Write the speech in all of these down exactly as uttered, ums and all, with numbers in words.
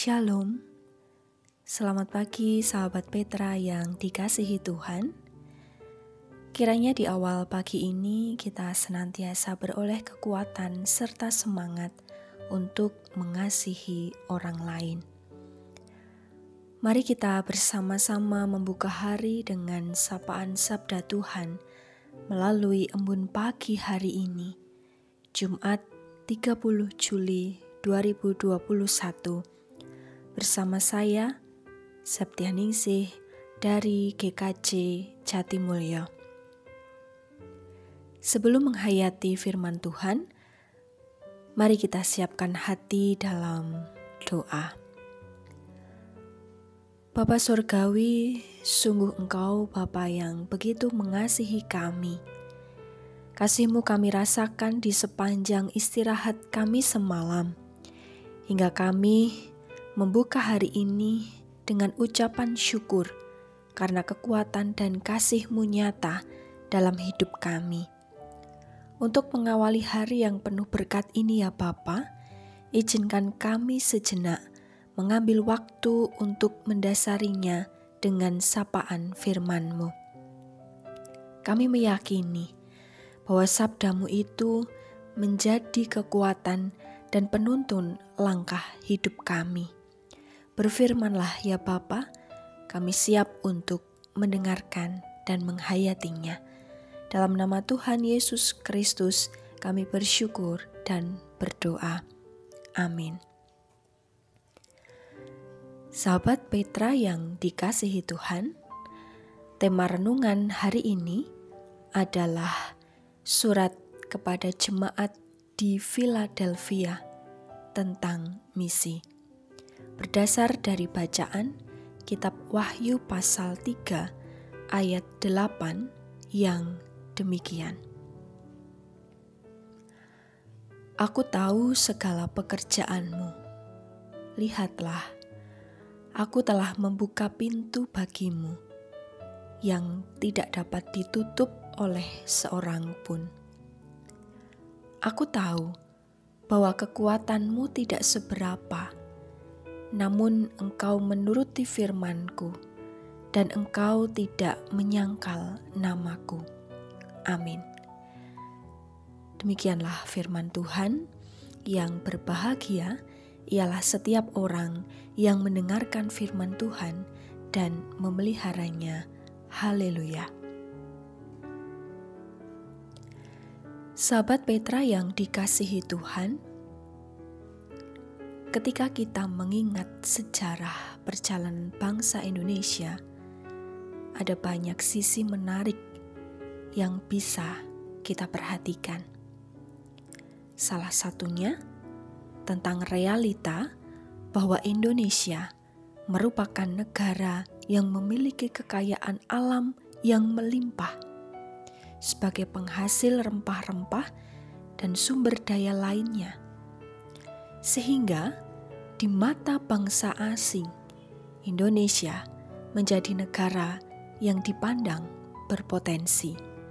Shalom, selamat pagi sahabat Petra yang dikasihi Tuhan. Kiranya di awal pagi ini kita senantiasa beroleh kekuatan serta semangat untuk mengasihi orang lain. Mari kita bersama-sama membuka hari dengan sapaan sabda Tuhan melalui embun pagi hari ini, Jumat tiga puluh Juli dua ribu dua puluh satu. Bersama saya, Septianingsih dari G K J Jatimulyo. Sebelum menghayati firman Tuhan, mari kita siapkan hati dalam doa. Bapa Surgawi, sungguh Engkau Bapa yang begitu mengasihi kami. Kasih-Mu kami rasakan di sepanjang istirahat kami semalam, hingga kami membuka hari ini dengan ucapan syukur karena kekuatan dan kasih-Mu nyata dalam hidup kami. Untuk mengawali hari yang penuh berkat ini ya Bapa, izinkan kami sejenak mengambil waktu untuk mendasarinya dengan sapaan firman-Mu. Kami meyakini bahwa sabda-Mu itu menjadi kekuatan dan penuntun langkah hidup kami. Berfirmanlah ya Bapa, kami siap untuk mendengarkan dan menghayatinya. Dalam nama Tuhan Yesus Kristus kami bersyukur dan berdoa. Amin. Sahabat Petra yang dikasihi Tuhan, tema renungan hari ini adalah surat kepada jemaat di Philadelphia tentang misi. Berdasar dari bacaan kitab Wahyu pasal tiga ayat delapan yang demikian. Aku tahu segala pekerjaanmu. Lihatlah, aku telah membuka pintu bagimu yang tidak dapat ditutup oleh seorang pun. Aku tahu bahwa kekuatanmu tidak seberapa, namun engkau menuruti firman-Ku, dan engkau tidak menyangkal namaku. Amin. Demikianlah firman Tuhan. Yang berbahagia ialah setiap orang yang mendengarkan firman Tuhan dan memeliharanya. Haleluya. Sahabat Petra yang dikasihi Tuhan, ketika kita mengingat sejarah perjalanan bangsa Indonesia, ada banyak sisi menarik yang bisa kita perhatikan. Salah satunya tentang realita bahwa Indonesia merupakan negara yang memiliki kekayaan alam yang melimpah sebagai penghasil rempah-rempah dan sumber daya lainnya. Sehingga di mata bangsa asing, Indonesia menjadi negara yang dipandang berpotensi.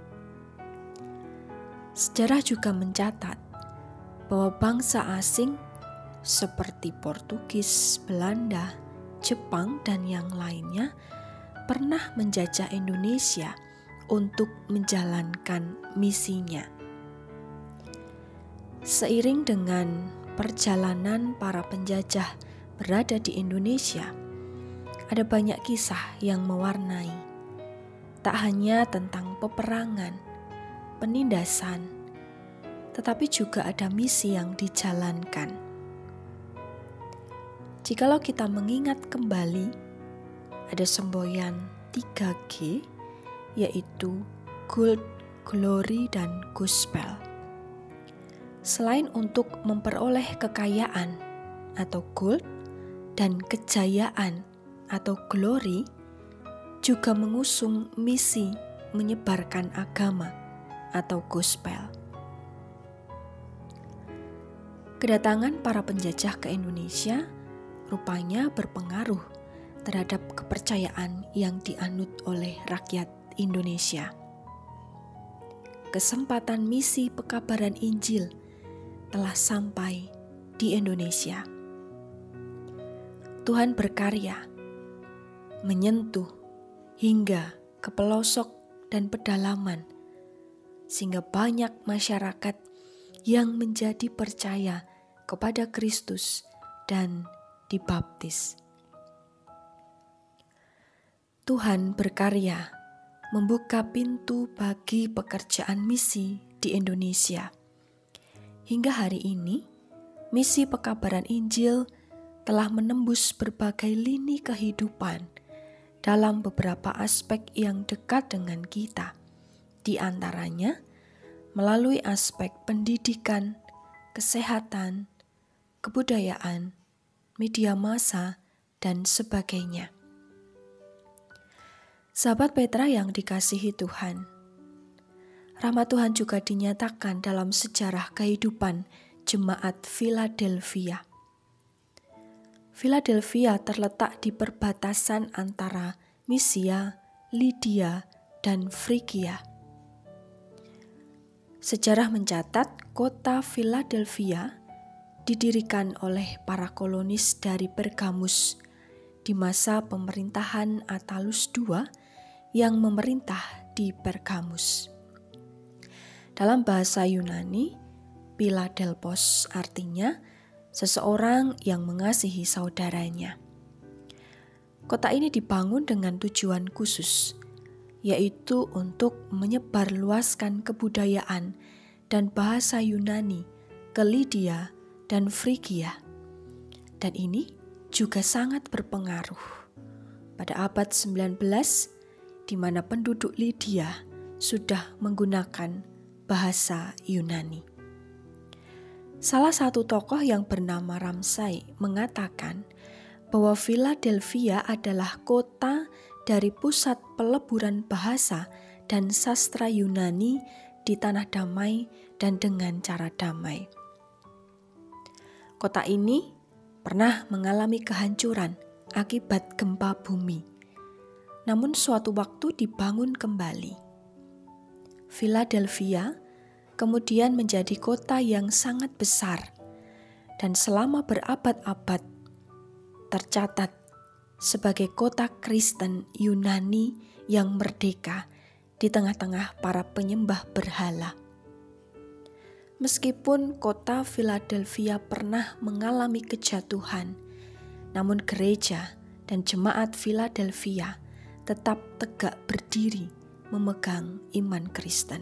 Sejarah juga mencatat bahwa bangsa asing seperti Portugis, Belanda, Jepang, dan yang lainnya pernah menjajah Indonesia untuk menjalankan misinya. Seiring dengan perjalanan para penjajah berada di Indonesia, ada banyak kisah yang mewarnai. Tak hanya tentang peperangan, penindasan, tetapi juga ada misi yang dijalankan. Jikalau kita mengingat kembali, ada semboyan tiga G, yaitu Gold, Glory, dan Gospel. Selain untuk memperoleh kekayaan atau gold dan kejayaan atau glory, juga mengusung misi menyebarkan agama atau gospel. Kedatangan para penjajah ke Indonesia rupanya berpengaruh terhadap kepercayaan yang dianut oleh rakyat Indonesia. Kesempatan misi pekabaran Injil telah sampai di Indonesia. Tuhan berkarya, menyentuh hingga ke pelosok dan pedalaman, sehingga banyak masyarakat yang menjadi percaya kepada Kristus dan dibaptis. Tuhan berkarya membuka pintu bagi pekerjaan misi di Indonesia. Hingga hari ini, misi pekabaran Injil telah menembus berbagai lini kehidupan dalam beberapa aspek yang dekat dengan kita. Di antaranya, melalui aspek pendidikan, kesehatan, kebudayaan, media massa, dan sebagainya. Sahabat Petra yang dikasihi Tuhan, rahmat Tuhan juga dinyatakan dalam sejarah kehidupan Jemaat Philadelphia. Philadelphia terletak di perbatasan antara Misia, Lydia, dan Frigia. Sejarah mencatat kota Philadelphia didirikan oleh para kolonis dari Pergamus di masa pemerintahan Attalus kedua yang memerintah di Pergamus. Dalam bahasa Yunani, Philadelphos artinya seseorang yang mengasihi saudaranya. Kota ini dibangun dengan tujuan khusus, yaitu untuk menyebarluaskan kebudayaan dan bahasa Yunani ke Lydia dan Frigia. Dan ini juga sangat berpengaruh pada abad sembilan belas, di mana penduduk Lydia sudah menggunakan bahasa Yunani. Salah satu tokoh yang bernama Ramsay mengatakan bahwa Philadelphia adalah kota dari pusat peleburan bahasa dan sastra Yunani di tanah damai dan dengan cara damai. Kota ini pernah mengalami kehancuran akibat gempa bumi, namun suatu waktu dibangun kembali. Philadelphia kemudian menjadi kota yang sangat besar dan selama berabad-abad tercatat sebagai kota Kristen Yunani yang merdeka di tengah-tengah para penyembah berhala. Meskipun kota Philadelphia pernah mengalami kejatuhan, namun gereja dan jemaat Philadelphia tetap tegak berdiri memegang iman Kristen.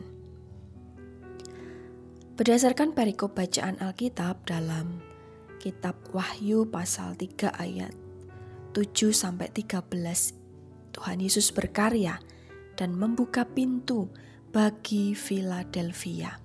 Berdasarkan perikop bacaan Alkitab dalam kitab Wahyu pasal tiga ayat tujuh sampai tiga belas, Tuhan Yesus berkarya dan membuka pintu bagi Philadelphia.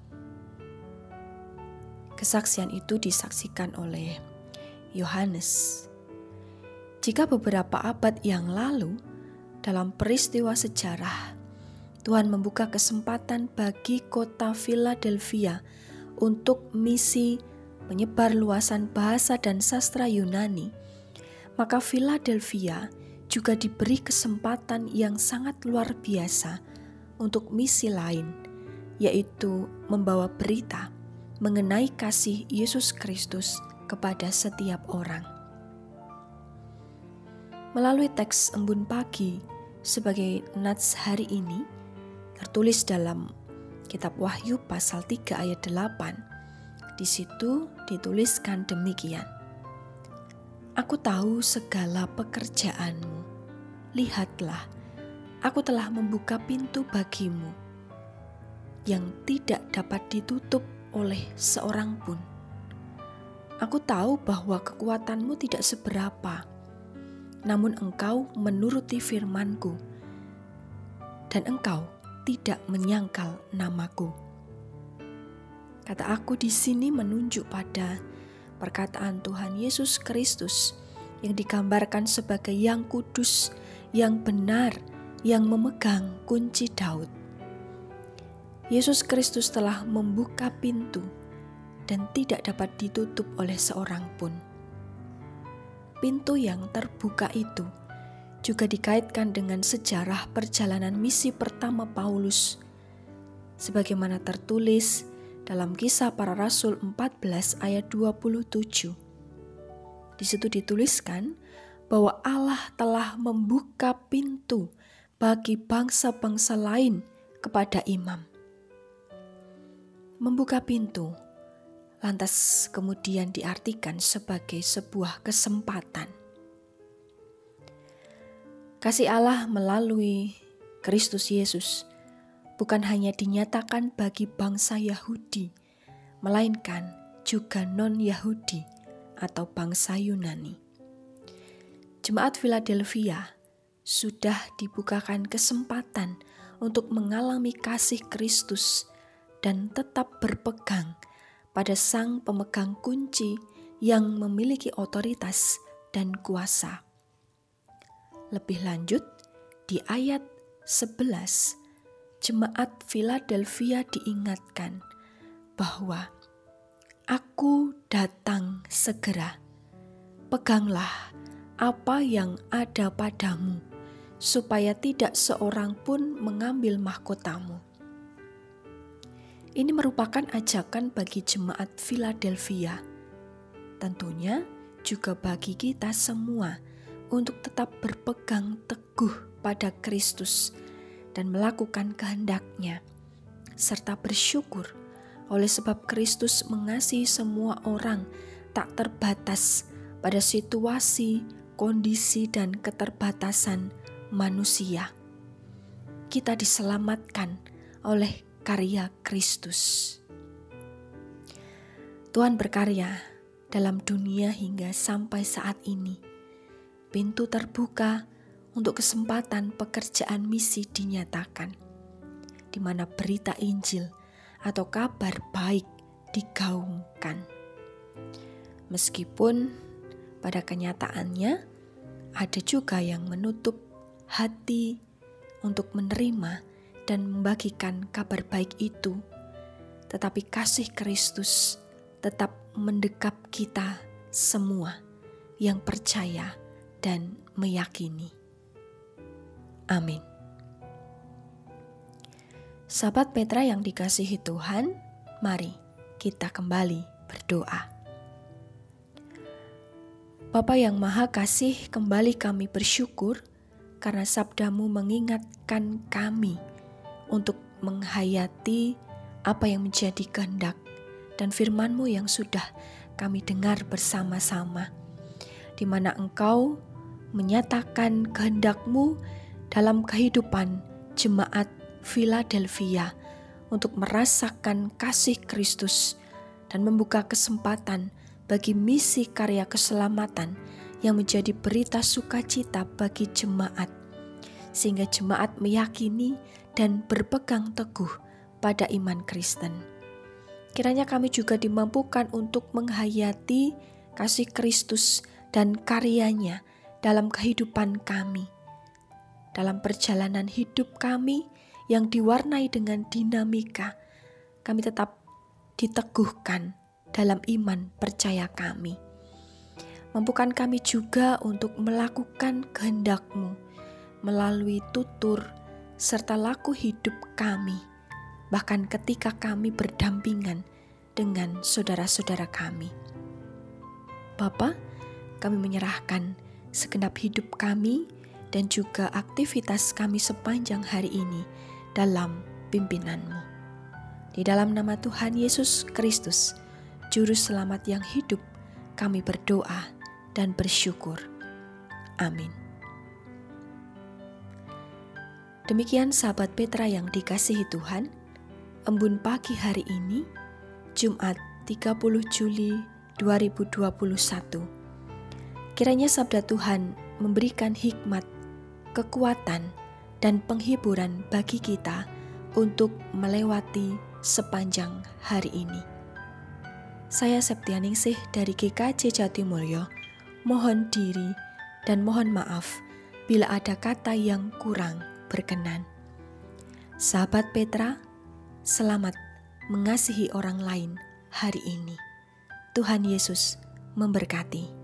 Kesaksian itu disaksikan oleh Yohanes. Jika beberapa abad yang lalu, dalam peristiwa sejarah, Tuhan membuka kesempatan bagi kota Philadelphia untuk misi penyebarluasan bahasa dan sastra Yunani, maka Philadelphia juga diberi kesempatan yang sangat luar biasa untuk misi lain, yaitu membawa berita mengenai kasih Yesus Kristus kepada setiap orang. Melalui teks embun pagi sebagai nats hari ini, tertulis dalam kitab Wahyu pasal tiga ayat delapan. Di situ dituliskan demikian. Aku tahu segala pekerjaanmu. Lihatlah, aku telah membuka pintu bagimu yang tidak dapat ditutup oleh seorang pun. Aku tahu bahwa kekuatanmu tidak seberapa, namun engkau menuruti firman-Ku, dan engkau tidak menyangkal namaku. Kata aku di sini menunjuk pada perkataan Tuhan Yesus Kristus yang digambarkan sebagai yang kudus, yang benar, yang memegang kunci Daud. Yesus Kristus telah membuka pintu dan tidak dapat ditutup oleh seorang pun. Pintu yang terbuka itu juga dikaitkan dengan sejarah perjalanan misi pertama Paulus, sebagaimana tertulis dalam Kisah Para Rasul empat belas ayat dua puluh tujuh. Di situ dituliskan bahwa Allah telah membuka pintu bagi bangsa-bangsa lain kepada imam. Membuka pintu lantas kemudian diartikan sebagai sebuah kesempatan. Kasih Allah melalui Kristus Yesus bukan hanya dinyatakan bagi bangsa Yahudi, melainkan juga non-Yahudi atau bangsa Yunani. Jemaat Philadelphia sudah dibukakan kesempatan untuk mengalami kasih Kristus dan tetap berpegang pada Sang Pemegang Kunci yang memiliki otoritas dan kuasa. Lebih lanjut, di ayat sebelas, Jemaat Philadelphia diingatkan bahwa Aku datang segera, peganglah apa yang ada padamu, supaya tidak seorang pun mengambil mahkotamu. Ini merupakan ajakan bagi jemaat Philadelphia, tentunya juga bagi kita semua untuk tetap berpegang teguh pada Kristus dan melakukan kehendak-Nya, serta bersyukur oleh sebab Kristus mengasihi semua orang tak terbatas pada situasi, kondisi, dan keterbatasan manusia. Kita diselamatkan oleh karya Kristus. Tuhan berkarya dalam dunia hingga sampai saat ini. Pintu terbuka untuk kesempatan pekerjaan misi dinyatakan, di mana berita Injil atau kabar baik digaungkan. Meskipun pada kenyataannya ada juga yang menutup hati untuk menerima dan membagikan kabar baik itu, tetapi kasih Kristus tetap mendekap kita semua yang percaya dan meyakini. Amin. Sahabat Petra yang dikasihi Tuhan, mari kita kembali berdoa. Bapa yang Maha Kasih, kembali kami bersyukur karena sabda-Mu mengingatkan kami untuk menghayati apa yang menjadi kehendak dan firman-Mu yang sudah kami dengar bersama-sama, di mana Engkau menyatakan kehendak-Mu dalam kehidupan jemaat Philadelphia untuk merasakan kasih Kristus dan membuka kesempatan bagi misi karya keselamatan yang menjadi berita sukacita bagi jemaat, sehingga jemaat meyakini dan berpegang teguh pada iman Kristen. Kiranya kami juga dimampukan untuk menghayati kasih Kristus dan karyanya dalam kehidupan kami, dalam perjalanan hidup kami yang diwarnai dengan dinamika. Kami tetap diteguhkan dalam iman percaya kami. Mampukan kami juga untuk melakukan kehendak-Mu melalui tutur serta laku hidup kami, bahkan ketika kami berdampingan dengan saudara-saudara kami. Bapa, kami menyerahkan segenap hidup kami dan juga aktivitas kami sepanjang hari ini dalam pimpinan-Mu. Di dalam nama Tuhan Yesus Kristus, Juru Selamat yang hidup, kami berdoa dan bersyukur. Amin. Demikian sahabat Petra yang dikasihi Tuhan, embun pagi hari ini, Jumat tiga puluh Juli dua ribu dua puluh satu. Kiranya sabda Tuhan memberikan hikmat, kekuatan, dan penghiburan bagi kita untuk melewati sepanjang hari ini. Saya Septianingsih dari G K J Jatimulyo, mohon diri dan mohon maaf bila ada kata yang kurang berkenan. Sahabat Petra, selamat mengasihi orang lain hari ini. Tuhan Yesus memberkati.